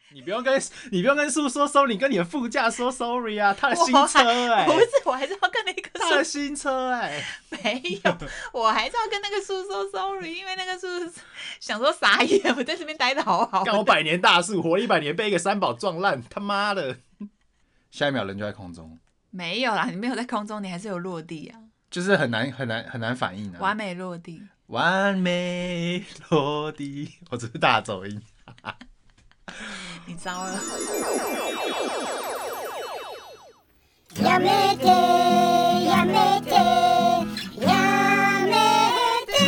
你不用跟树说 sorry， 你跟你的副驾说 sorry 啊，他的新车不是，我还是要跟那个树， 他的新车没有，我还是要跟那个树说 sorry， 因为那个树想说傻眼，我在这边待的好好的， 干我100年大树，活了100年被一个三宝撞烂，他妈的！下一秒人就在空中， 没有啦，你没有在空中，你还是有落地啊， 就是很难反应啊， 完美落地， 完美落地，我只是大走音。 你糟了。 やめてやめてやめて。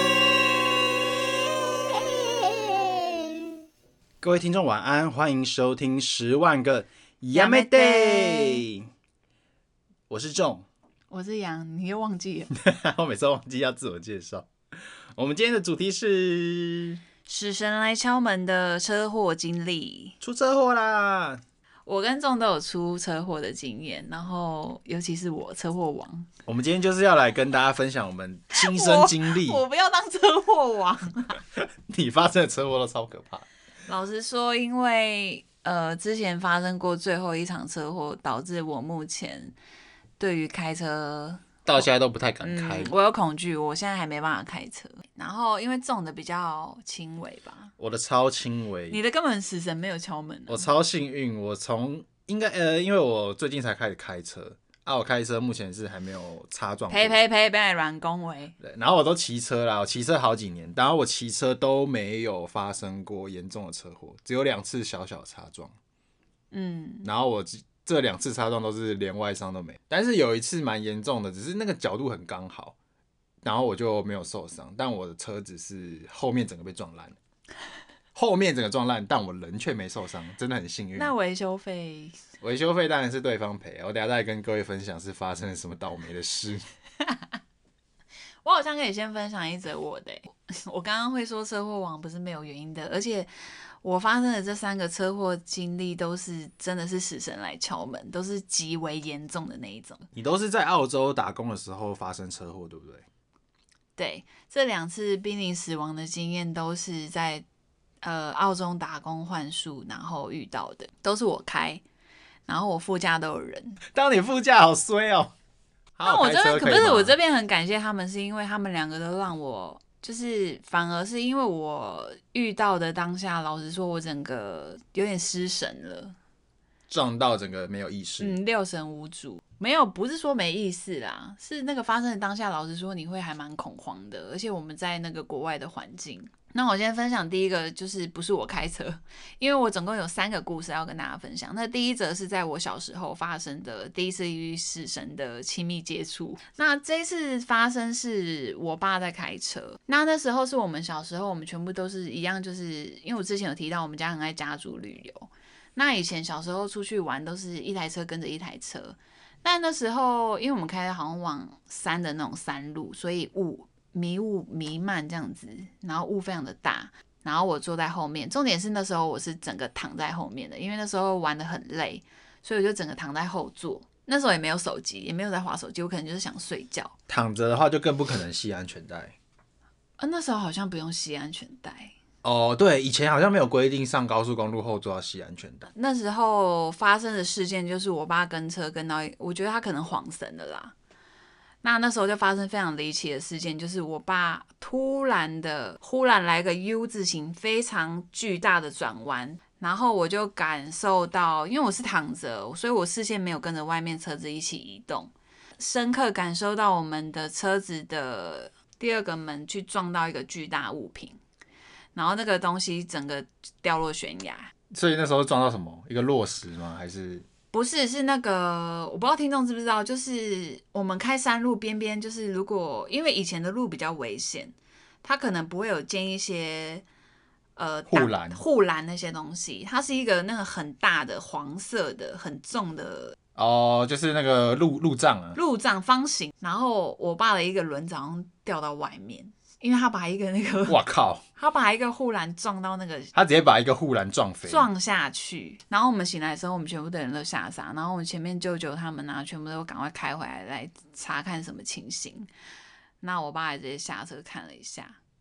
各位听众晚安，欢迎收听10万个やめて。我是仲， 我是杨，你又忘记了。 我每次都忘记要自我介绍。我们今天的主题是死神来敲门的车祸经历。 出车祸啦！ 我跟仲都有出车祸的经验，然后尤其是我车祸王。 我们今天就是要来跟大家分享我们亲身经历。 我不要当车祸王。 你发生的车祸都超可怕。 老实说，因为之前发生过最后一场车祸，导致我目前对于开车到现在都不太敢开。 我有恐惧，我现在还没办法开车。然后因为中的比较轻微吧， 我的超轻微， 你的根本死神没有敲门、啊。 我超幸运，我从因为我最近才开始开车啊，我开车目前是还没有擦撞过。 呸，被你乱恭维。 对，然后我都骑车啦，我骑车好几年，然后我骑车都没有发生过严重的车祸，只有2次小小擦撞。然后我这2次擦撞都是连外伤都没，但是有一次蛮严重的，只是那个角度很刚好，然后我就没有受伤，但我的车子是后面整个被撞烂，后面整个撞烂，但我人却没受伤，真的很幸运。 那维修费？ 维修费当然是对方赔，我等一下再跟各位分享是发生了什么倒霉的事。 我好像可以先分享一则我的、我刚刚会说车祸王不是没有原因的，而且我发生的这3个车祸经历都是真的是死神来敲门，都是极为严重的那一种。 你都是在澳洲打工的时候发生车祸，对不对？ 对，这2次濒临死亡的经验都是在澳洲打工换宿然后遇到的，都是我开，然后我副驾都有人。 当你副驾好衰哦。 但我这边可不是，我这边很感谢他们，是因为他们2个都让我，就是反而是因为我遇到的当下，老实说，我整个有点失神了， 撞到整个没有意识。 六神无主。没有，不是说没意识啦，是那个发生的当下，老实说，你会还蛮恐慌的，而且我们在那个国外的环境。那我先分享第一个，就是不是我开车，因为我总共有3个故事要跟大家分享。那第一则是在我小时候发生的第一次与死神的亲密接触。那这一次发生是我爸在开车，那时候是我们小时候，我们全部都是一样，就是因为我之前有提到我们家很爱家族旅游。那以前小时候出去玩都是一台车跟着一台车，但那时候因为我们开的好像往山的那种山路，所以迷雾弥漫这样子，然后雾非常的大，然后我坐在后面。重点是那时候我是整个躺在后面的，因为那时候玩得很累，所以我就整个躺在后座。那时候也没有手机，也没有在滑手机，我可能就是想睡觉。 躺着的话就更不可能系安全带。 那时候好像不用系安全带。 哦，对，以前好像没有规定上高速公路后座要系安全带。 那时候发生的事件就是我爸跟车跟到，我觉得他可能恍神了啦。那时候就发生非常离奇的事件，就是我爸忽然来个 U 字形非常巨大的转弯，然后我就感受到，因为我是躺着，所以我视线没有跟着外面车子一起移动，深刻感受到我们的车子的第2个门去撞到一个巨大物品，然后那个东西整个掉落悬崖。 所以那时候撞到什么？一个落石吗？还是？ 不是，是那个我不知道听众知不知道，就是我们开山路边边，就是如果因为以前的路比较危险，它可能不会有建一些护栏那些东西，它是一个那个很大的黄色的很重的就是那个路障啊， 路障方形，然后我爸的一个轮子好像掉到外面。因为他把一个那个， 哇靠！ 他把一个护栏撞到那个， 他直接把一个护栏撞飞， 撞下去。然后我们醒来的时候，我们全部的人都吓傻。然后我们前面舅舅他们啊，全部都赶快开回来查看什么情形。那我爸也直接下车看了一下，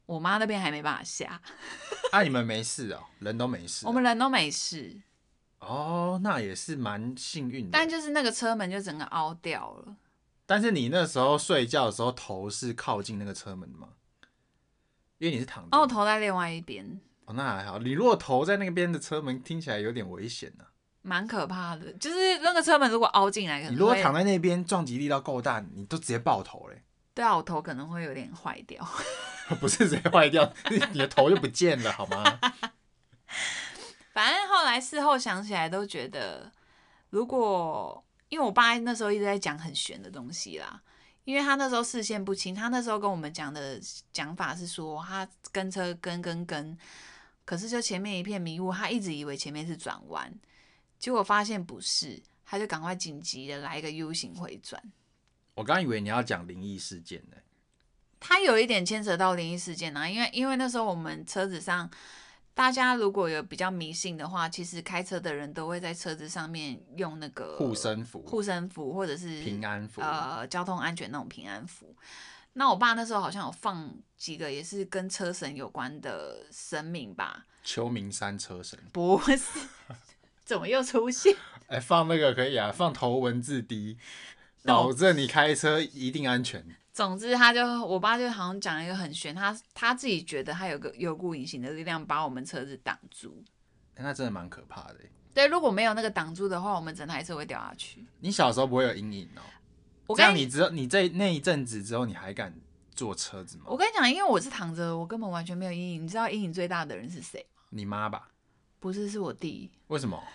我妈那边还没办法下。 啊，你们没事哦，人都没事、 我们人都没事。 哦，那也是蛮幸运的。 但就是那个车门就整个凹掉了。 但是你那时候睡觉的时候，头是靠近那个车门的吗？因为你是躺着。 哦，我头在另外一边。 哦，那还好。你如果头在那边的车门，听起来有点危险呢、 蛮可怕的，就是那个车门如果凹进来，可能你如果躺在那边，撞击力道够大，你都直接爆头嘞。 对啊，我头可能会有点坏掉。 不是直接坏掉，你的头就不见了，好吗？ 反正后来事后想起来都觉得，如果因为我爸那时候一直在讲很玄的东西啦，因为他那时候视线不清，他那时候跟我们讲的讲法是说他跟车跟，可是就前面一片迷雾，他一直以为前面是转弯，结果发现不是，他就赶快紧急的来一个 U 型回转。 我刚以为你要讲灵异事件呢。 他有一点牵扯到灵异事件啊，因为那时候我们车子上，大家如果有比较迷信的话，其实开车的人都会在车子上面用那个护身符或者是平安符， 交通安全那种平安符。那我爸那时候好像有放几个也是跟车神有关的神明吧？ 秋名山车神不是，怎么又出现？ 放那个可以啊，放头文字 D， 保证你开车一定安全。 总之，我爸就好像讲了一个很玄，他自己觉得他有股隐形的力量把我们车子挡住。 那真的蛮可怕的。 对，如果没有那个挡住的话，我们整台车会掉下去。 你小时候不会有阴影哦？这样你那一阵子之后，你还敢坐车子吗？ 我跟你讲，因为我是躺着，我根本完全没有阴影。你知道阴影最大的人是谁吗？ 你妈吧？ 不是，是我弟。 为什么？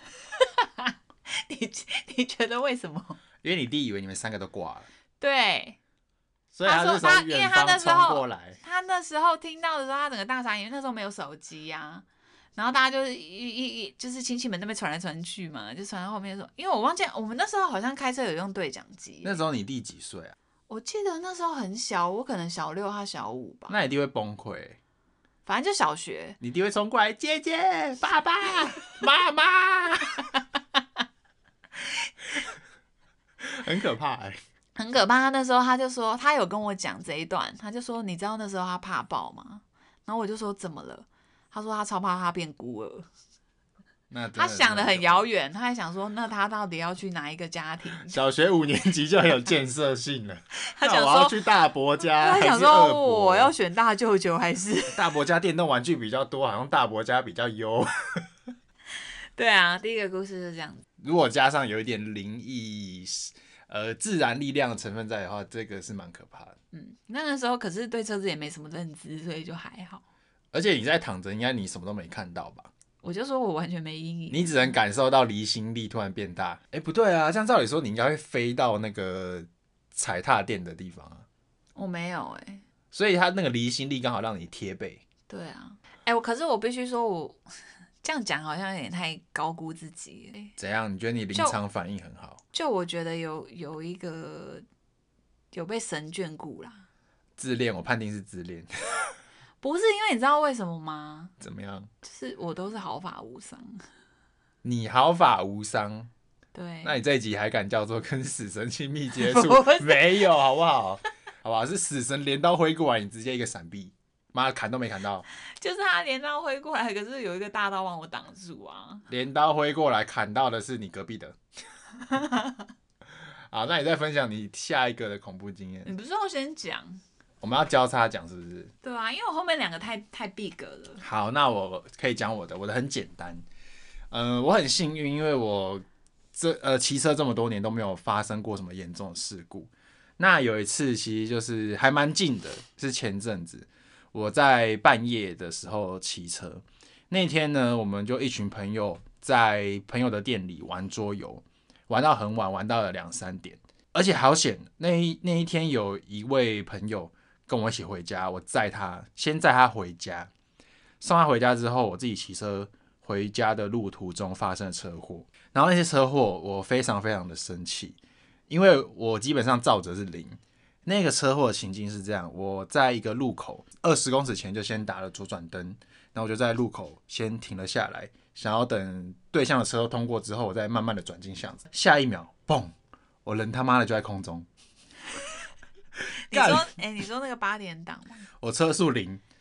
你觉得为什么？ 因为你弟以为你们3个都挂了。 对。 所以他是从远方冲过来。 他那时候听到的时候，他整个大傻眼，因为那时候没有手机呀、然后大家就是就是亲戚们那边传来传去嘛，就传到后面说，因为我忘记我们那时候好像开车有用对讲机。 那时候你弟几岁啊？ 我记得那时候很小，我可能小6，他小5吧。 那你弟会崩溃。 反正就小学。 你弟会冲过来，姐姐、爸爸、妈妈，很可怕很可怕。他那时候他就说，他有跟我讲这一段，他就说，你知道那时候他怕爆吗？然后我就说怎么了？他说他超怕他变孤儿。他想得很遥远，他还想说，那他到底要去哪一个家庭？ 小学5年级就很有建设性了。 他想说我要去大伯家， 他想说我要选大舅舅还是大伯家电动玩具比较多，好像大伯家比较优。 对啊，第一个故事就是这样子。 如果加上有一点灵异自然力量的成分在的话，这个是蛮可怕的。 那个时候可是对车子也没什么认知，所以就还好。 而且你在躺着，应该你什么都没看到吧？ 我就说我完全没阴影， 你只能感受到离心力突然变大。不对啊，这样照理说你应该会飞到那个踩踏垫的地方啊。 我没有所以它那个离心力刚好让你贴背。 对啊，可是我必须说我这样讲好像有点太高估自己。 怎样？你觉得你临场反应很好？ 就我觉得有一个有被神眷顾啦。 自恋，我判定是自恋。 不是，因为你知道为什么吗？ 怎么样？ 就是我都是毫发无伤。 你毫发无伤？ 对。 那你这一集还敢叫做跟死神亲密接触？没有，好不好？好不好？是死神镰刀挥过来，你直接一个闪避，妈砍都没砍到。 就是他镰刀挥过来，可是有一个大刀帮我挡住啊。 镰刀挥过来，砍到的是你隔壁的。好，那你再分享你下一个的恐怖经验。 你不是要先讲？ 我们要交叉讲是不是？ 对啊，因为我后面2个太 big 了。 好，那我可以讲我的很简单。我很幸运，因为我骑车这么多年都没有发生过什么严重的事故。那有一次其实就是还蛮近的，是前阵子我在半夜的时候骑车。那天呢，我们就一群朋友在朋友的店里玩桌游，玩到很晚，玩到了2、3点。而且好险，那一天有一位朋友跟我一起回家，我先载他回家，送他回家之后，我自己骑车回家的路途中发生了车祸。然后那些车祸我非常非常的生气，因为我基本上肇责是0。那个车祸的情境是这样，我在一个路口20公尺前就先打了左转灯，然后我就在路口先停了下来，想要等对向的车通过之后，我再慢慢的转进巷子。下一秒，嘣！我人他妈的就在空中。 你说那个8点档吗？ 我车速0，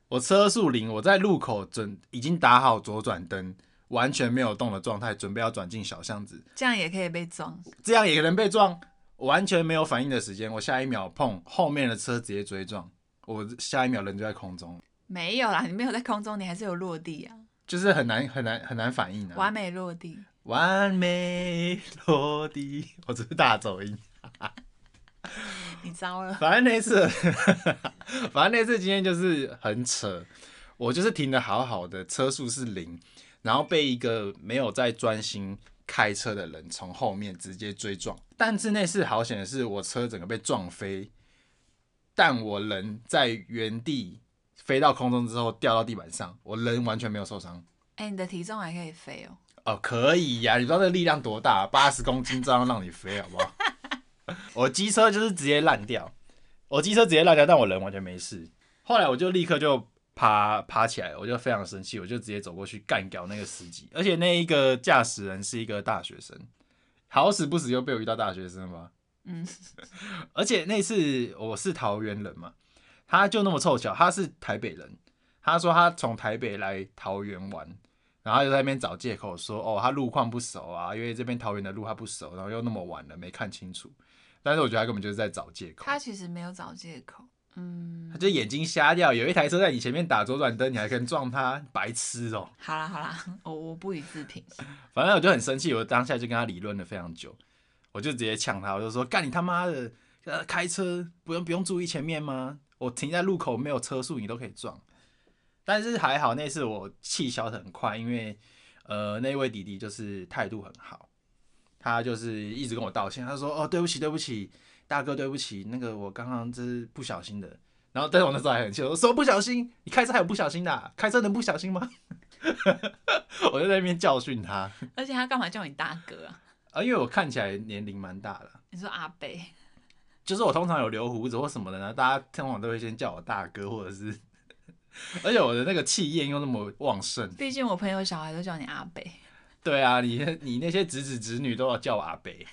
我车速零，我在路口已经打好左转灯，完全没有动的状态，准备要转进小巷子， 这样也可以被撞， 这样也可能被撞，完全没有反应的时间，我下一秒碰后面的车直接追撞，我下一秒人就在空中。 没有啦，你没有在空中，你还是有落地啊， 就是很难反应啊， 完美落地， 完美落地，我只是大走音。 你糟了。 反正那次今天就是很扯，我就是停得好好的，车速是0，然后被一个没有在专心开车的人从后面直接追撞。但是那次好险的是，我车整个被撞飞，但我人在原地飞到空中之后掉到地板上，我人完全没有受伤。 你的体重还可以飞哦。 哦，可以呀、你不知道这个力量多大，80公斤这样让你飞，好不好？我机车就是直接烂掉，但我人完全没事。后来我就立刻就爬起来，我就非常生气，我就直接走过去干掉那个司机，而且那一个驾驶人是一个大学生，好死不死又被我遇到大学生嘛。而且那次我是桃园人嘛，他就那么凑巧，他是台北人，他说他从台北来桃园玩。然后他就在那边找借口说，哦，他路况不熟啊，因为这边桃园的路他不熟，然后又那么晚了没看清楚。但是我觉得他根本就是在找借口。 他其实没有找借口， 他就眼睛瞎掉，有一台车在你前面打左转灯，你还跟撞他，白痴哦。 好啦，我不予置评。 反正我就很生气，我当下就跟他理论了非常久，我就直接呛他，我就说干你他妈的，开车不用注意前面吗？我停在路口没有车速，你都可以撞。但是还好那次我气消得很快，因为那位弟弟就是态度很好，他就是一直跟我道歉，他说哦对不起，大哥对不起，那个我刚刚这是不小心的。然后但是我那时候还很气，我说什么不小心？你开车还有不小心的、啊？开车能不小心吗？我就在那边教训他。 而且他干嘛叫你大哥啊？ 因为我看起来年龄蛮大的。 你说阿伯？ 就是我通常有留胡子或什么的呢，大家通常都会先叫我大哥或者是。而且我的那个气焰又那么旺盛， 毕竟我朋友小孩都叫你阿北。 对啊，你那些侄子侄女都要叫我阿北。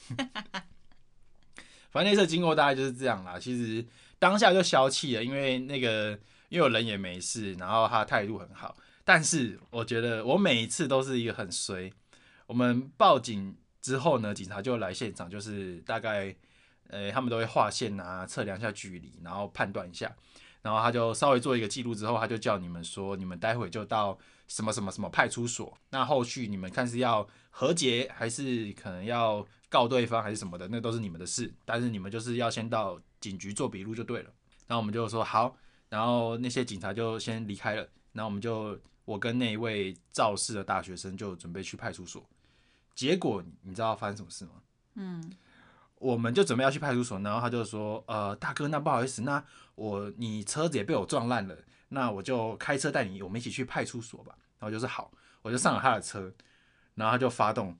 反正那次经过大概就是这样啦。其实当下就消气了，因为我人也没事，然后他态度很好。但是我觉得我每一次都是一个很衰。我们报警之后呢，警察就来现场，就是大概他们都会画线啊，测量一下距离，然后判断一下。然后他就稍微做一个记录之后，他就叫你们说，你们待会就到什么什么什么派出所。那后续你们看是要和解，还是可能要告对方，还是什么的，那都是你们的事。但是你们就是要先到警局做笔录就对了。然后我们就说好，然后那些警察就先离开了。然后我跟那一位肇事的大学生就准备去派出所。结果你知道发生什么事吗？我们就准备要去派出所，然后他就说，大哥，那不好意思，那你车子也被我撞烂了，那我就开车带我们一起去派出所吧。然后就是好，我就上了他的车，然后他就发动，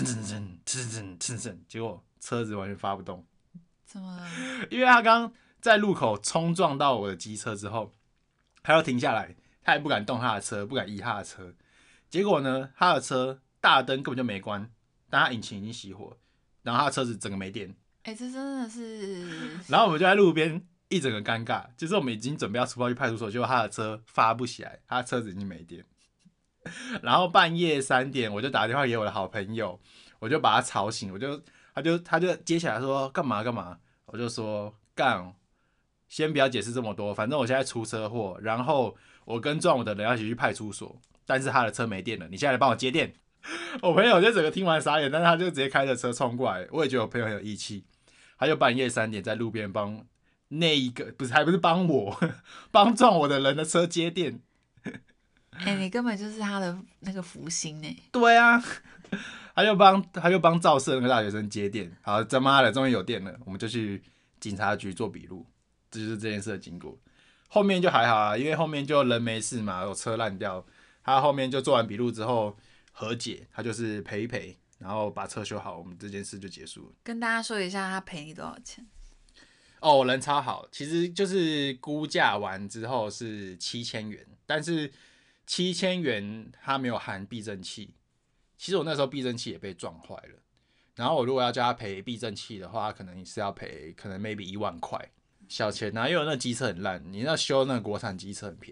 结果车子完全发不动。 怎么了？ 因为他刚在路口冲撞到我的机车之后，他要停下来，他也不敢动他的车，不敢移他的车。结果呢，他的车大灯根本就没关，但他引擎已经熄火。然后他的车子整个没电， 这真的是。 然后我们就在路边一整个尴尬，就是我们已经准备要出发去派出所，结果他的车发不起来，他的车子已经没电。然后半夜3点，我就打电话给我的好朋友，我就把他吵醒，他就接起来说干嘛，我就说干，先不要解释这么多，反正我现在出车祸，然后我跟撞我的人要一起去派出所，但是他的车没电了，你现在来帮我接电。我朋友就整个听完傻眼，但是他就直接开着车冲过来。我也觉得我朋友很有义气，他就半夜3点在路边帮那一个还不是帮我，帮撞我的人的车接电。 你根本就是他的那个福星呢。 对啊，他就帮肇事的那个大学生接电。好，他妈的，终于有电了，我们就去警察局做笔录。这就是这件事的经过。后面就还好啊，因为后面就人没事嘛，我车烂掉。他后面就做完笔录之后和解，他就是赔一赔，然后把车修好，我们这件事就结束了。 跟大家说一下，他赔你多少钱？ 哦，我人超好，其实就是估价完之后是7000元，但是7000元他没有含避震器。其实我那时候避震器也被撞坏了，然后我如果要叫他赔避震器的话，可能是要赔可能 maybe1万块，小钱啊，因为我那机车很烂，你那修那个国产机车很便宜，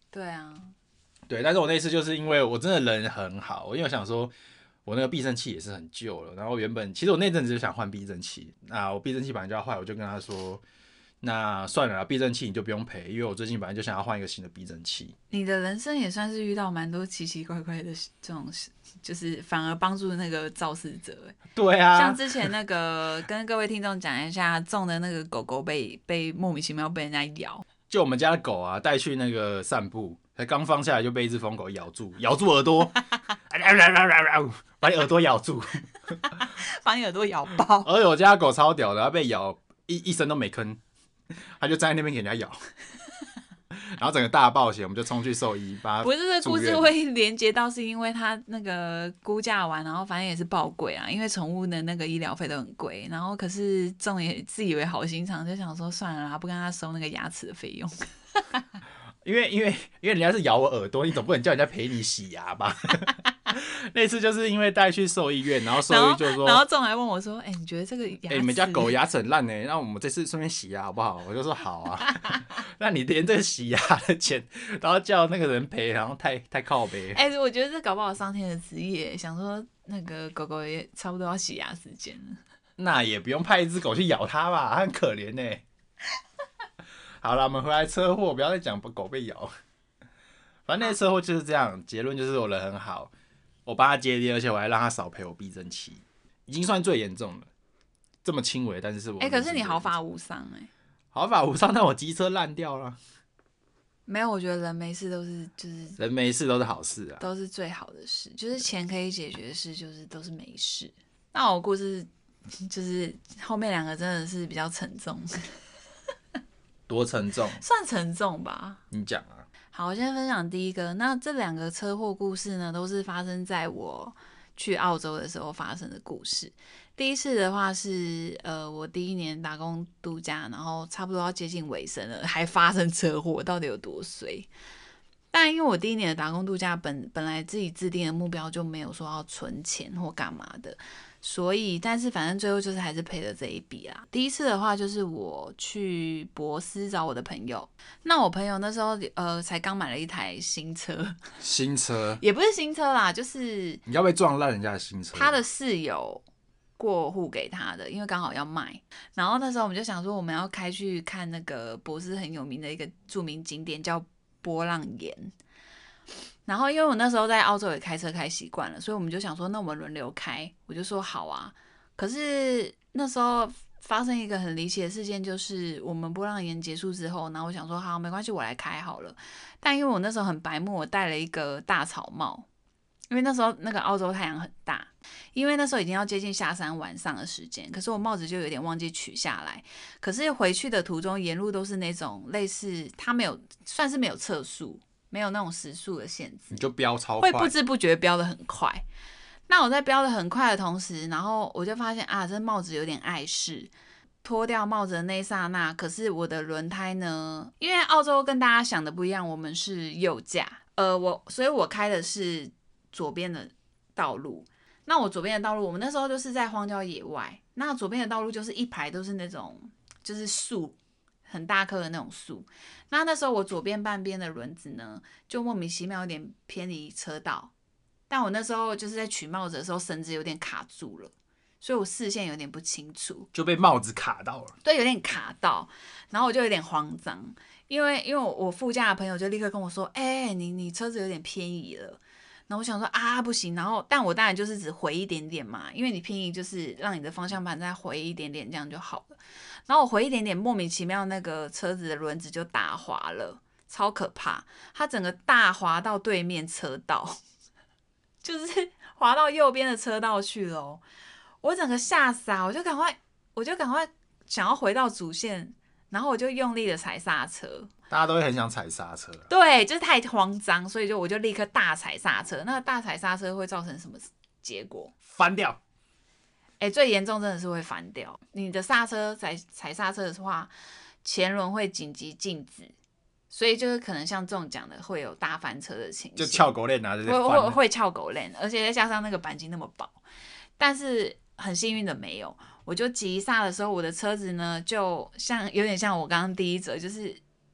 对啊， 对，但是我那次就是因为我真的人很好，因为我想说，我那个避震器也是很旧了，然后原本其实我那阵子就想换避震器，那我避震器本来就要坏，我就跟他说，那算了啦，避震器你就不用赔，因为我最近本来就想要换一个新的避震器。 你的人生也算是遇到蛮多奇奇怪怪的这种事，就是反而帮助那个肇事者。 对啊， 像之前那个跟各位听众讲一下，种的那个狗狗被莫名其妙被人家咬， 就我们家的狗啊，带去那个散步，才刚放下来就被一只疯狗咬住耳朵，把你耳朵咬住， 把你耳朵咬爆。 而且我家的狗超屌的，它被咬一声都没吭，它就站在那边给人家咬。然后整个大暴血，我们就冲去兽医，把它不是这故事会连接到，是因为他那个估价完，然后反正也是爆贵啊，因为宠物的那个医疗费都很贵，然后可是仲也自以为好心肠，就想说算了啦，不跟他收那个牙齿的费用。 因为人家是咬我耳朵，你总不能叫人家陪你洗牙吧？那次就是因为带去兽医院，然后兽医就说， 然后仲还问我说：“你觉得这个牙齿？ 你们家狗牙齿很烂呢，那我们这次顺便洗牙好不好？”我就说好啊。那你连这个洗牙的钱都要叫那个人赔，然后太靠北。 我觉得这搞不好上天的旨意，想说那个狗狗也差不多要洗牙时间了。 那也不用派一只狗去咬它吧，它很可怜呢。好了，我们回来车祸，不要再讲狗被咬。反正那车祸就是这样，结论就是我人很好，我帮他接力，而且我还让他少赔我避震器，已经算最严重了。这么轻微，但是我可是你毫发无伤毫发无伤，但我机车烂掉了。 没有，我觉得人没事都是人没事都是好事啊， 都是最好的事，就是钱可以解决的事，就是都是没事。那我故事就是后面两个真的是比较沉重。 多沉重？ 算沉重吧。 你讲啊。 好，我先分享第一个。那这两个车祸故事呢，都是发生在我去澳洲的时候发生的故事。第一次的话是我第一年打工度假，然后差不多要接近尾声了，还发生车祸，到底有多衰？但因为我第一年的打工度假本来自己制定的目标就没有说要存钱或干嘛的，所以但是反正最后就是还是赔了这一笔啦。第一次的话就是我去博斯找我的朋友，那我朋友那时候才刚买了一台新车， 新车也不是新车啦，就是你要被撞烂人家的新车， 他的室友过户给他的，因为刚好要卖。然后那时候我们就想说我们要开去看那个博斯很有名的一个著名景点叫波浪岩，然后因为我那时候在澳洲也开车开习惯了，所以我们就想说那我们轮流开，我就说好啊。可是那时候发生一个很离奇的事件，就是我们波浪岩结束之后，然后我想说好没关系我来开好了，但因为我那时候很白目，我戴了一个大草帽，因为那时候那个澳洲太阳很大，因为那时候已经要接近下山晚上的时间，可是我帽子就有点忘记取下来。可是回去的途中沿路都是那种类似它没有算是没有测速，没有那种时速的限制， 你就飙超快， 会不知不觉飙得很快。那我在飙得很快的同时，然后我就发现啊，这帽子有点碍事。脱掉帽子的那一刹那，可是我的轮胎呢？因为澳洲跟大家想的不一样，我们是右驾，所以我开的是左边的道路。那我左边的道路，我们那时候就是在荒郊野外，那左边的道路就是一排都是那种就是树，很大棵的那种树。那时候我左边半边的轮子呢，就莫名其妙有点偏离车道，但我那时候就是在取帽子的时候，绳子有点卡住了，所以我视线有点不清楚， 就被帽子卡到了。 对，有点卡到，然后我就有点慌张，因为我副驾的朋友就立刻跟我说：“你车子有点偏移了。”然后我想说啊不行，然后但我当然就是只回一点点嘛，因为你偏移就是让你的方向盘再回一点点这样就好了。然后我回一点点，莫名其妙那个车子的轮子就打滑了，超可怕，它整个大滑到对面车道，就是滑到右边的车道去了。我整个吓傻，我就赶快想要回到主线，然后我就用力的踩刹车。 大家都会很想踩刹车， 对，就是太慌张，所以我就立刻大踩刹车。那个大踩刹车会造成什么结果？ 翻掉。 最严重真的是会翻掉。你的刹车踩刹车的话，前轮会紧急静止，所以就是可能像这种讲的会有大翻车的情形， 就翘狗链啊， 会翘狗链，而且再加上那个钣金那么薄。但是很幸运的没有，我就急刹的时候，我的车子呢就有点像我刚刚第一则，就是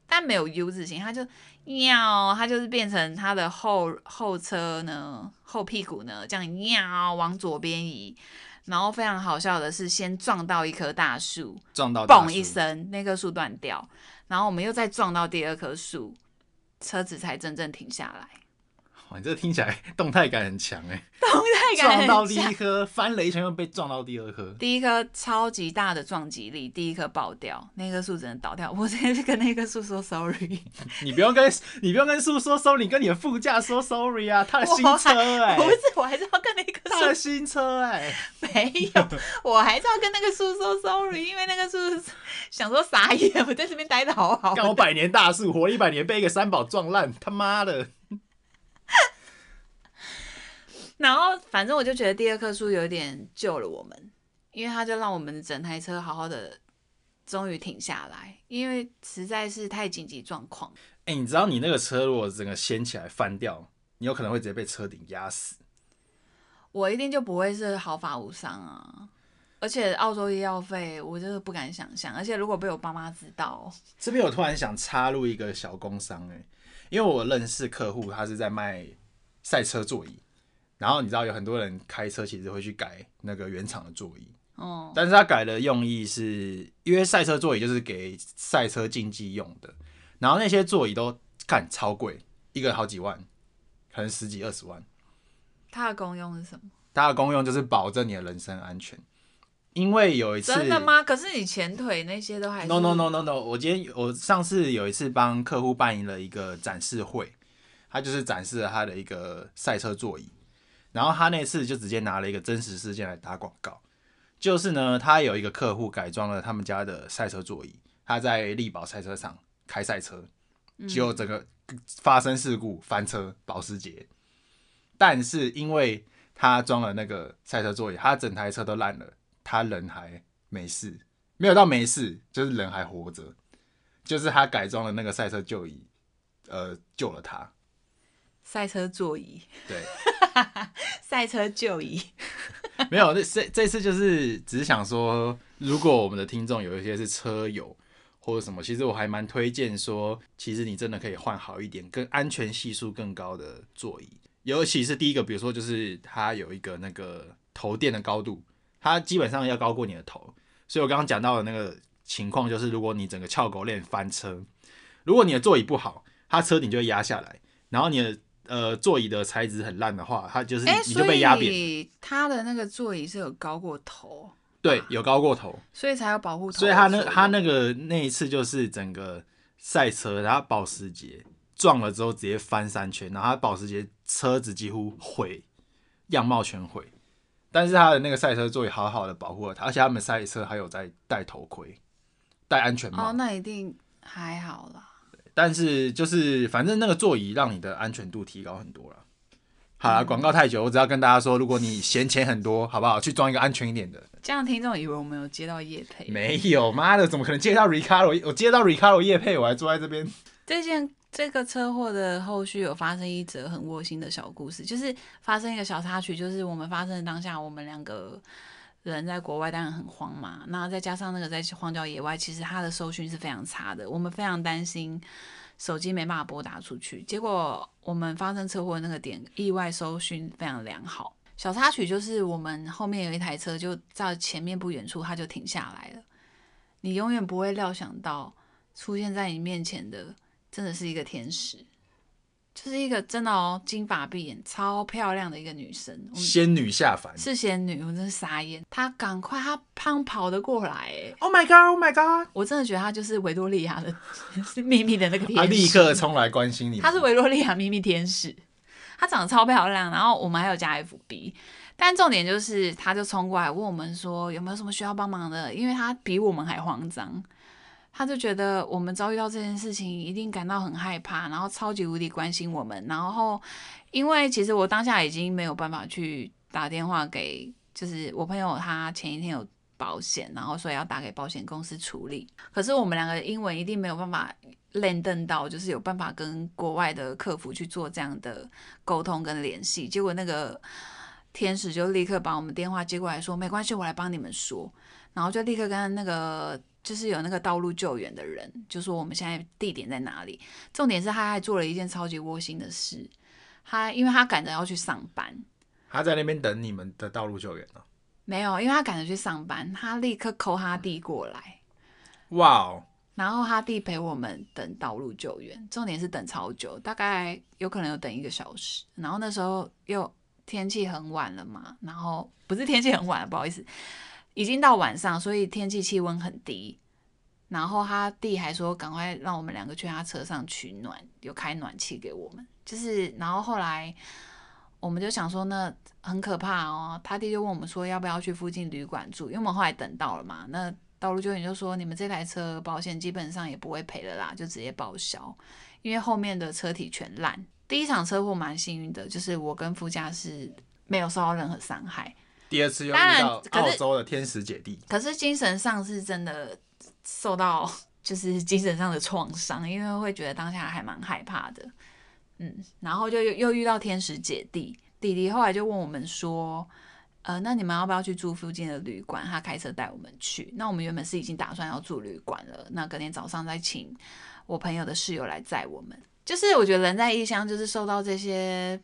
但没有 U 字形，它它就是变成它的后车呢，后屁股呢这样往左边移，然后非常好笑的是，先撞到一棵大树，嘣一声，那棵树断掉，然后我们又再撞到第二棵树，车子才真正停下来。 哇，你这听起来动态感很强哎！ 动态感很强， 撞到第一颗，翻了一圈又被撞到第二颗。 第一颗超级大的撞击力，第一颗爆掉，那棵树只能倒掉。我直接跟那棵树说 sorry。 你不用跟树说 sorry， 你跟你的副驾说 sorry 啊，他的新车哎、 不是，我还是要跟那棵树。 他的新车哎、 没有，我还是要跟那个树说 sorry， 因为那个树想说傻眼，我在这边待的好好。 干我100年大树，活了100年，被一个三宝撞烂，他妈的！ 然后反正我就觉得第二棵树有点救了我们，因为它就让我们整台车好好的终于停下来，因为实在是太紧急状况。 你知道你那个车如果整个掀起来翻掉，你有可能会直接被车顶压死。 我一定就不会是毫发无伤啊！而且澳洲医药费，我真的不敢想象。而且如果被我爸妈知道， 这边我突然想插入一个小工商因为我认识客户，他是在卖赛车座椅。然后你知道有很多人开车其实会去改那个原厂的座椅，但是他改的用意是因为赛车座椅就是给赛车竞技用的，然后那些座椅都干超贵，一个好几万，可能10几20万。 它的功用是什么？ 它的功用就是保证你的人身安全。因为有一次真的吗？可是你前腿那些都还是 no， 我上次有一次帮客户办了一个展示会，他就是展示了他的一个赛车座椅。然后他那次就直接拿了一个真实事件来打广告，就是呢，他有一个客户改装了他们家的赛车座椅，他在力宝赛车场开赛车，结果整个发生事故翻车，保时捷。但是因为他装了那个赛车座椅，他整台车都烂了，他人还没事，没有到没事，就是人还活着，就是他改装了那个赛车座椅，救了他。 赛车座椅， 对， 赛车就椅， 没有。这次就是只是想说，如果我们的听众有一些是车友或者什么，其实我还蛮推荐说，其实你真的可以换好一点、更安全系数更高的座椅。尤其是第一个，比如说就是它有一个那个头垫的高度，它基本上要高过你的头。所以我刚刚讲到的那个情况就是，如果你整个翘狗链翻车，如果你的座椅不好，它车顶就会压下来，然后你的座椅的材质很烂的话，它就是你就被压扁。 所以它的那个座椅是有高过头， 对，有高过头， 所以才有保护头。 所以他那一次就是整个赛车，然后保时捷撞了之后直接翻3圈，然后他保时捷车子几乎毁，样貌全毁。但是他的那个赛车座椅好好的保护了他，而且他们赛车还有在戴头盔、戴安全帽。 那一定还好啦。 但是就是反正那个座椅让你的安全度提高很多了。好啦，广告太久，我只要跟大家说，如果你闲钱很多，好不好？去装一个安全一点的。 这样听众以为我们有接到业配， 没有，妈的，怎么可能接到 Ricardo？ 我接到 Ricardo 业配，我还坐在这边。 这个车祸的后续有发生一则很窝心的小故事，就是发生一个小插曲，就是我们发生的当下，我们2个人在国外当然很慌嘛，那再加上那个在荒郊野外，其实他的收讯是非常差的，我们非常担心手机没办法拨打出去。结果我们发生车祸的那个点，意外收讯非常良好。小插曲就是我们后面有一台车就在前面不远处，它就停下来了。你永远不会料想到出现在你面前的真的是一个天使。就是一个真的金发碧眼超漂亮的一个女生， 仙女下凡， 是仙女，我真是傻眼。她赶快，她跑得过来 ，Oh my god，Oh my god！ 我真的觉得她就是维多利亚的是秘密的那个天使， 她立刻冲来关心你。 她是维多利亚秘密天使，她长得超漂亮，然后我们还有加 FB。但重点就是，她就冲过来问我们说有没有什么需要帮忙的，因为她比我们还慌张。他就觉得我们遭遇到这件事情一定感到很害怕，然后超级无敌关心我们。然后因为其实我当下已经没有办法去打电话给，就是我朋友他前一天有保险，然后所以要打给保险公司处理。可是我们2个英文一定没有办法练登到，就是有办法跟国外的客服去做这样的沟通跟联系。结果那个天使就立刻把我们电话接过来说没关系，我来帮你们说。然后就立刻跟那个就是有那个道路救援的人，就说我们现在地点在哪里。重点是他还做了一件超级窝心的事，因为他赶着要去上班， 他在那边等你们的道路救援呢？ 没有，因为他赶着去上班，他立刻call他弟过来。 哇哦！ 然后他弟陪我们等道路救援，重点是等超久，大概有可能有等1个小时。然后那时候又天气很晚了嘛，然后不是天气很晚，不好意思，已经到晚上，所以天气气温很低。然后他弟还说赶快让我们2个去他车上取暖，有开暖气给我们。然后后来我们就想说那很可怕哦，他弟就问我们说要不要去附近旅馆住，因为我们后来等到了嘛，那道路救援就说你们这台车保险基本上也不会赔了啦，就直接报销，因为后面的车体全烂。第一场车祸蛮幸运的，就是我跟副驾驶没有受到任何伤害。 第二次又遇到澳洲的天时姐弟， 可是精神上是真的受到就是精神上的创伤，因为会觉得当下还蛮害怕的。然后就又遇到天使姐弟，弟弟后来就问我们说，那你们要不要去住附近的旅馆？他开车带我们去。那我们原本是已经打算要住旅馆了，那隔天早上再请我朋友的室友来载我们。就是我觉得人在异乡，就是受到这些，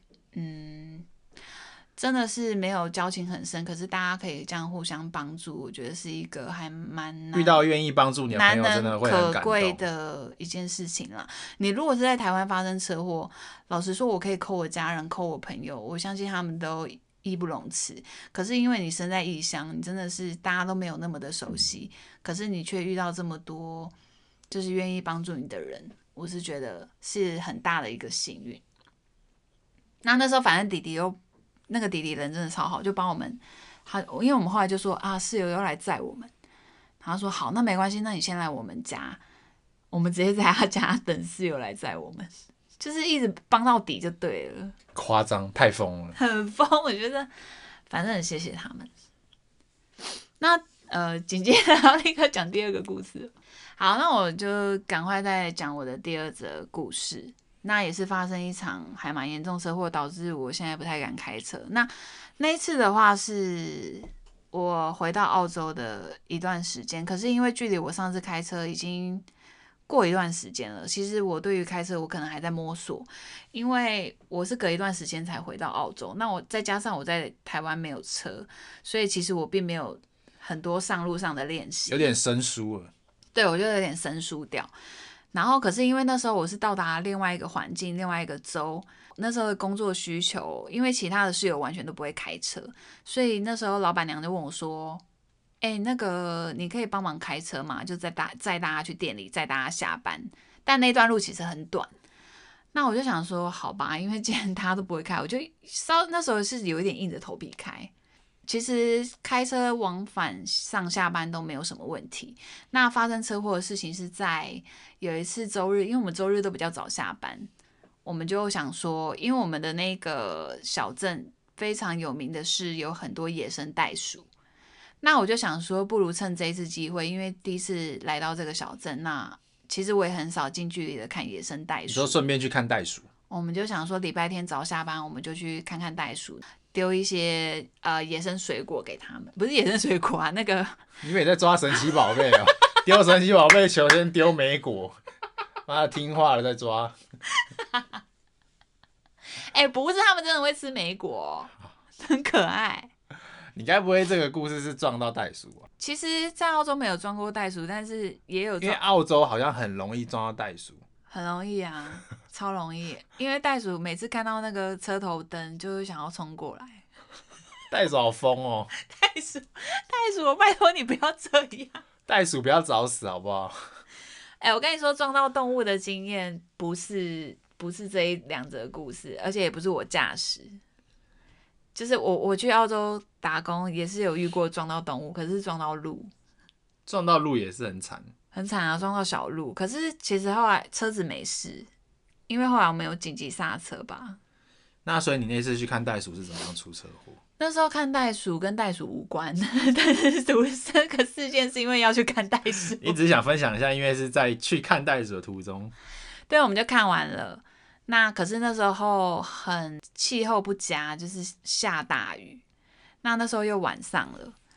真的是没有交情很深，可是大家可以这样互相帮助，我觉得是一个还蛮遇到愿意帮助你的朋友，真的会很感动， 可贵的一件事情啦。你如果是在台湾发生车祸，老实说，我可以扣我家人、扣我朋友，我相信他们都义不容辞。可是因为你身在异乡，你真的是大家都没有那么的熟悉，可是你却遇到这么多就是愿意帮助你的人，我是觉得是很大的一个幸运。那时候反正那个弟弟人真的超好，就帮我们，因为我们后来就说啊，室友要来载我们，他说好，那没关系，那你先来我们家，我们直接在他家等室友来载我们，就是一直帮到底就对了。 夸张，太疯了， 很疯，我觉得反正很谢谢他们。那紧接着要立刻讲第二个故事。好，那我就赶快再讲我的第二则故事。那也是发生一场还蛮严重车祸，导致我现在不太敢开车。那一次的话是我回到澳洲的一段时间，可是因为距离我上次开车已经过一段时间了，其实我对于开车我可能还在摸索，因为我是隔一段时间才回到澳洲，那我再加上我在台湾没有车，所以其实我并没有很多上路上的练习， 有点生疏了。 对，我就有点生疏掉。然后可是因为那时候我是到达另外一个环境，另外一个州，那时候的工作需求，因为其他的室友完全都不会开车，所以那时候老板娘就问我说，那个你可以帮忙开车吗？就载大家去店里，载大家下班，但那段路其实很短。那我就想说好吧，因为既然大家都不会开，我就那时候是有一点硬着头皮开。其实开车往返上下班都没有什么问题。那发生车祸的事情是在有一次周日，因为我们周日都比较早下班，我们就想说，因为我们的那个小镇非常有名的是有很多野生袋鼠，那我就想说，不如趁这一次机会，因为第一次来到这个小镇，那其实我也很少近距离的看野生袋鼠， 你说顺便去看袋鼠， 我们就想说礼拜天早下班，我们就去看看袋鼠。丢一些野生水果给他们，不是野生水果啊，那个你们也在抓神奇宝贝哦，丢神奇宝贝球先丢莓果，妈听话了再抓。 不是，他们真的会吃莓果，很可爱。 你该不会这个故事是撞到袋鼠啊？ 其实，在澳洲没有撞过袋鼠，但是也有因为澳洲好像很容易撞到袋鼠。 很容易啊，超容易，因为袋鼠每次看到那个车头灯，就会想要冲过来。 袋鼠好疯哦！ 袋鼠，我拜托你不要这样。 袋鼠不要找死好不好？ 我跟你说，撞到动物的经验不是这一两则故事，而且也不是我驾驶，就是我去澳洲打工也是有遇过撞到动物，可是撞到鹿。 撞到鹿也是很惨。 很惨啊，撞到小鹿。可是其实后来车子没事，因为后来我们有紧急刹车吧。 那所以你那次去看袋鼠是怎么样出车祸？ 那时候看袋鼠跟袋鼠无关，但是这个事件是因为要去看袋鼠。 你只是想分享一下，因为是在去看袋鼠的途中。 对，我们就看完了。那可是那时候气候不佳，就是下大雨。那时候又晚上了。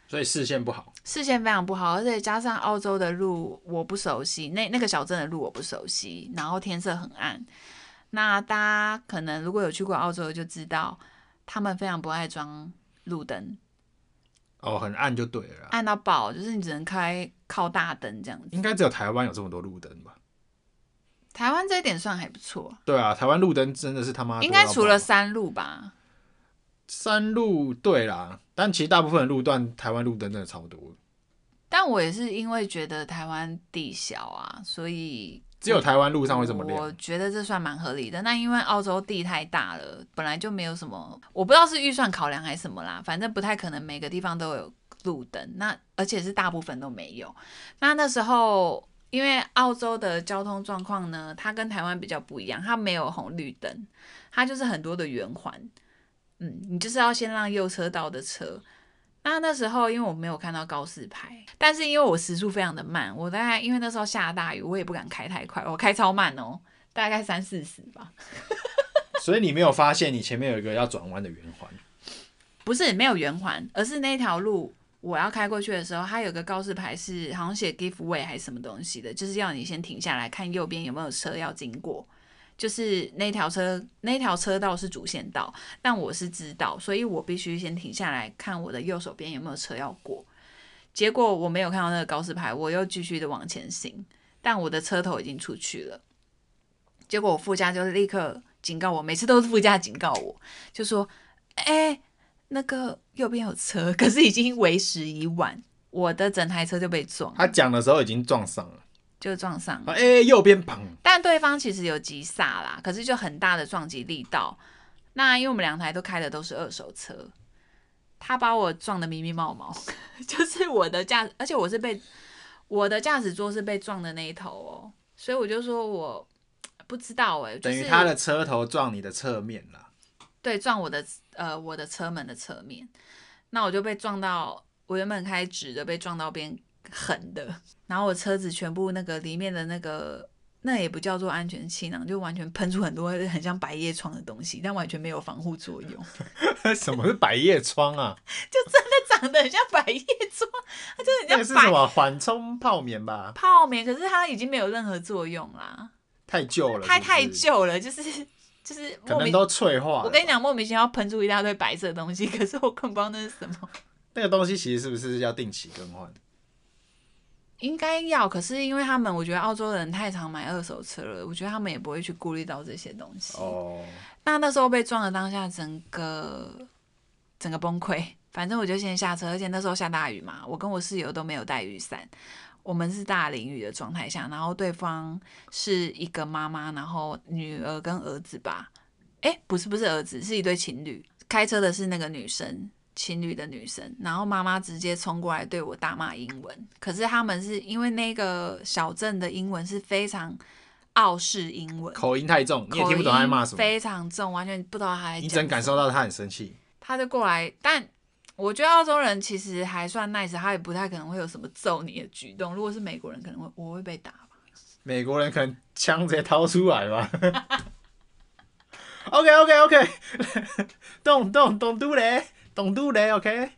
所以视线不好， 视线非常不好，而且加上澳洲的路我不熟悉，那个小镇的路我不熟悉，然后天色很暗。那大家可能如果有去过澳洲就知道，他们非常不爱装路灯。 哦，很暗就对了啦， 暗到爆，就是你只能靠大灯这样子。 应该只有台湾有这么多路灯吧？ 台湾这一点算还不错。 对啊，台湾路灯真的是他妈应该除了山路吧？ 山路对啦，但其实大部分的路段台湾路灯真的超多。 但我也是因为觉得台湾地小啊，所以只有台湾路上会这么亮。 我觉得这算蛮合理的。那因为澳洲地太大了，本来就没有什么，我不知道是预算考量还是什么啦，反正不太可能每个地方都有路灯。那而且是大部分都没有。那时候因为澳洲的交通状况呢，它跟台湾比较不一样，它没有红绿灯，它就是很多的圆环。你就是要先让右车道的车。那时候因为我没有看到告示牌，但是因为我时速非常的慢，我大概因为那时候下大雨，我也不敢开太快，我开超慢哦，大概30-40吧。 所以你没有发现你前面有一个要转弯的圆环？ 不是没有圆环，而是那条路我要开过去的时候，它有个告示牌是好像写 give way 还是什么东西的，就是要你先停下来看右边有没有车要经过。就是那条车道是主线道，但我是知道，所以我必须先停下来看我的右手边有没有车要过。结果我没有看到那个告示牌，我又继续的往前行，但我的车头已经出去了。结果我副驾就立刻警告我，每次都是副驾警告我，就说：“那个右边有车。”可是已经为时已晚，我的整台车就被撞。 他讲的时候已经撞上了。 就撞上了， 右边砰！ 但对方其实有急刹啦，可是就很大的撞击力道。那因为我们两台都开的都是二手车，他把我撞得迷迷毛毛，就是而且我的驾驶座是被撞的那一头哦，所以我就说我不知道等于他的车头撞你的侧面啦。 对，撞我的车门的侧面，那我就被撞到，我原本开直的，被撞到变狠的，然后我车子全部那个里面的那也不叫做安全气囊，就完全喷出很多很像百叶窗的东西，但完全没有防护作用。 什么是百叶窗啊？ 就真的长得很像百叶窗，它就很像那是什么缓冲泡棉吧？ 泡棉，可是它已经没有任何作用啦， 太旧了， 太旧了，就是可能都脆化了。 我跟你讲，莫名其妙喷出一大堆白色的东西，可是我根本不知道那是什么。 那个东西其实是不是要定期更换？ 应该要，可是因为我觉得澳洲人太常买二手车了，我觉得他们也不会去顾虑到这些东西。那时候被撞的当下，整个崩溃。反正我就先下车，而且那时候下大雨嘛，我跟我室友都没有带雨伞，我们是大淋雨的状态下，然后对方是一个妈妈，然后女儿跟儿子吧，不是儿子，是一对情侣，开车的是那个女生。情侣的女生，然后妈妈直接冲过来对我大骂英文，可是他们是因为那个小镇的英文是非常澳式英文， 口音太重，你也听不懂他在骂什么， 非常重，完全不知道他在讲什么。 你只能感受到他很生气， 他就过来，但我觉得澳洲人其实还算 nice， 他也不太可能会有什么揍你的举动。如果是美国人，可能我会被打吧。 美国人可能枪直接掏出来吧。OK， don't do that。Don't do that, OK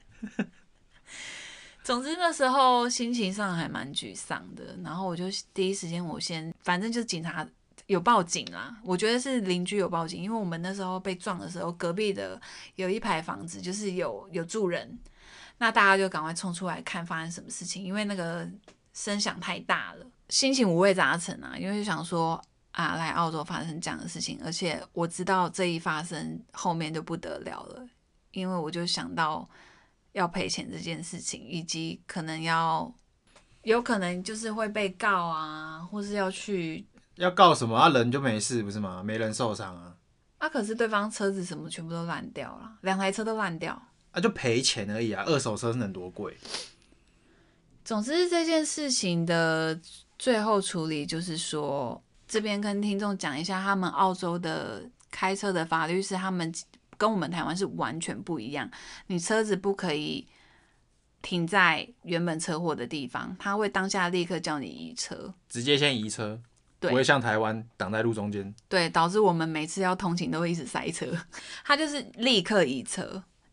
总之那时候心情上还蛮沮丧的，然后我就第一时间反正就是警察有报警啦，我觉得是邻居有报警，因为我们那时候被撞的时候，隔壁的有一排房子就是有住人，那大家就赶快冲出来看发生什么事情，因为那个声响太大了，心情五味杂陈啊，因为就想说来澳洲发生这样的事情，而且我知道这一发生后面就不得了了。因为我就想到要赔钱这件事情，以及有可能就是会被告啊，或是要告什么人就没事不是吗？没人受伤啊。 可是对方车子什么全部都烂掉了，2台车都烂掉就赔钱而已啊，二手车能多贵？ 总之这件事情的最后处理就是说，这边跟听众讲一下，他们澳洲的开车的法律是他们跟我们台湾是完全不一样，你车子不可以停在原本车祸的地方，他会当下立刻叫你移车， 直接先移车， 对， 不会像台湾挡在路中间， 对，导致我们每次要通勤都会一直塞车，他就是立刻移车，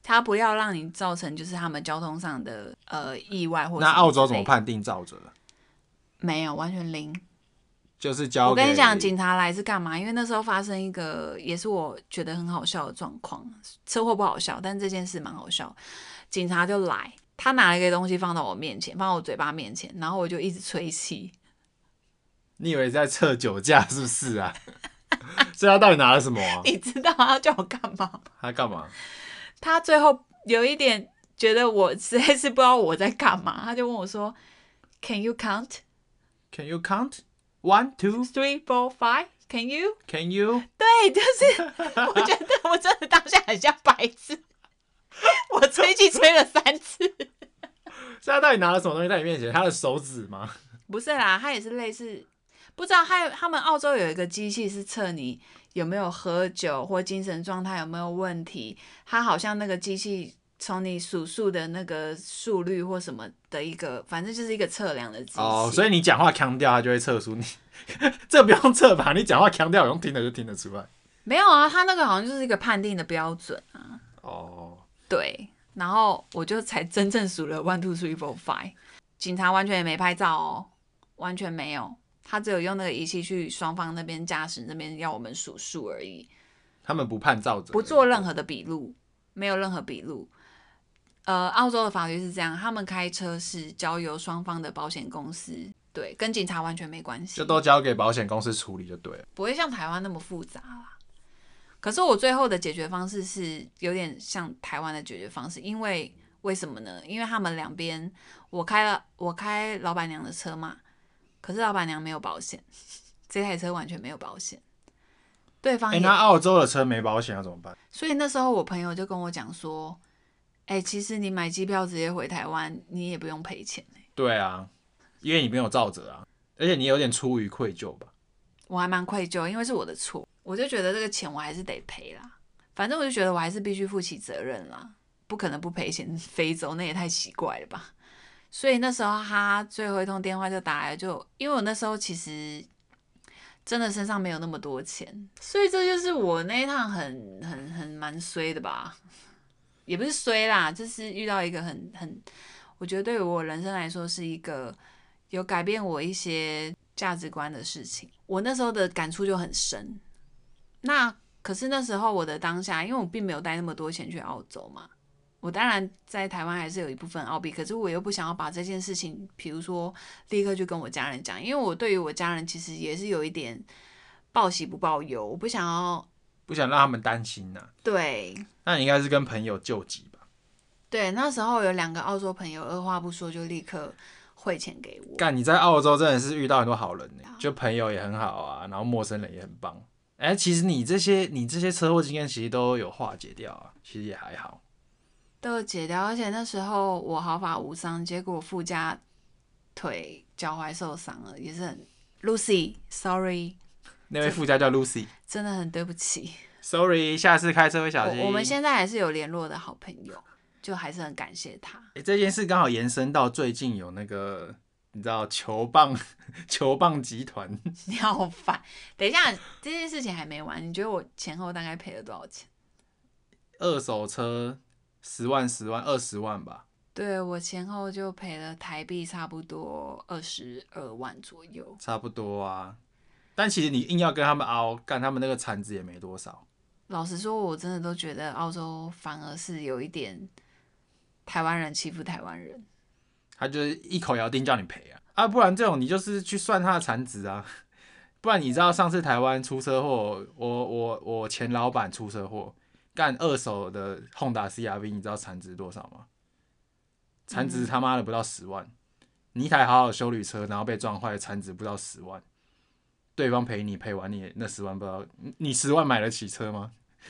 他不要让你造成就是他们交通上的意外或者。 那澳洲怎么判定肇责？ 没有，完全零。 就是交给我跟你讲，警察来是干嘛？因为那时候发生一个也是我觉得很好笑的状况，车祸不好笑，但这件事蛮好笑。警察就来，他拿了一个东西放到我面前，放到我嘴巴面前，然后我就一直吹气。 你以为在测酒驾是不是啊？所以他到底拿了什么啊？ 你知道他叫我干嘛吗？ 他干嘛？ 他最后有一点觉得我实在是不知道我在干嘛，他就问我说 ：“Can you count? Can you count? 1, 2, 3, 4, 5? Can you? Can you？” 对，就是我觉得我真的当下很像白痴，我吹气吹了3次。 所以他到底拿了什么东西在你面前？他的手指吗？ 不是啦，他也是类似，不知道他们澳洲有一个机器是测你有没有喝酒或精神状态有没有问题，他好像那个机器从你数数的那个速率或什么的一个，反正就是一个测量的机器。 哦，所以你讲话腔调，他就会测出你。这不用测吧？你讲话腔调，我用听的就听得出来。 没有啊，他那个好像就是一个判定的标准啊。 哦， 对，然后我就才真正数了1 2 3 4 5，警察完全也没拍照哦，完全没有，他只有用那个仪器去双方那边驾驶那边要我们数数而已。 他们不判肇责， 不做任何的笔录，没有任何笔录。澳洲的法律是这样，他们开车是交由双方的保险公司，对，跟警察完全没关系， 就都交给保险公司处理就对了， 不会像台湾那么复杂啦。可是我最后的解决方式是有点像台湾的解决方式，因为什么呢？因为他们两边，我开老板娘的车嘛，可是老板娘没有保险，这台车完全没有保险。对方那澳洲的车没保险要怎么办？ 所以那时候我朋友就跟我讲说，其实你买机票直接回台湾，你也不用赔钱。 对啊，因为你没有肇责啊，而且你有点出于愧疚吧。 我还蛮愧疚，因为是我的错，我就觉得这个钱我还是得赔啦。反正我就觉得我还是必须负起责任啦，不可能不赔钱飞走，那也太奇怪了吧。所以那时候他最后一通电话就打来，就因为我那时候其实真的身上没有那么多钱，所以这就是我那一趟很蛮衰的吧，也不是衰啦，就是遇到一个我觉得对于我人生来说是一个有改变我一些价值观的事情，我那时候的感触就很深。那可是那时候我的当下，因为我并没有带那么多钱去澳洲嘛，我当然在台湾还是有一部分澳币，可是我又不想要把这件事情，比如说立刻就跟我家人讲，因为我对于我家人其实也是有一点报喜不报忧，我不想让他们担心啊。 对， 那你应该是跟朋友救急吧？ 对，那时候有2个澳洲朋友，二话不说就立刻汇钱给我。 干，你在澳洲真的是遇到很多好人呢，就朋友也很好啊，然后陌生人也很棒。其实你这些车祸经验其实都有化解掉啊，其实也还好。 都有解掉，而且那时候我毫发无伤，结果副驾腿脚踝受伤了，也是很 Lucy，sorry， 那位副驾叫 Lucy， 真的很对不起 ，sorry， 下次开车会小心。 我们现在还是有联络的好朋友，就还是很感谢他。 这件事刚好延伸到最近有那个你知道球棒集团， 你好烦。等一下，这件事情还没完，你觉得我前后大概赔了多少钱？ 二手车10万20万吧。 对，我前后就赔了台币差不多22万左右。 差不多啊，但其实你硬要跟他们凹，干他们那个产值也没多少。 老实说，我真的都觉得澳洲反而是有一点台湾人欺负台湾人。 他就是一口咬定叫你赔啊，不然这种你就是去算他的产值啊。不然你知道上次台湾出车祸，我前老板出车祸，干二手的 Honda CR-V， 你知道产值多少吗？产值他妈的不到10万。你一台好好的休旅车，然后被撞坏，产值不到10万，对方赔完你那10万不知道，你10万买得起车吗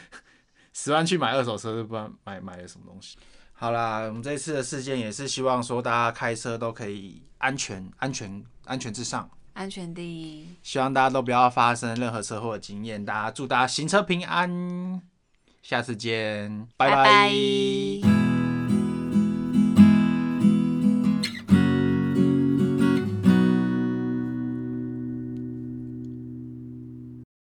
？10万去买二手车，不知道买了什么东西。好啦，我们这一次的事件也是希望说大家开车都可以安全至上， 安全第一。 希望大家都不要发生任何车祸的经验。祝大家行车平安，下次见，拜拜。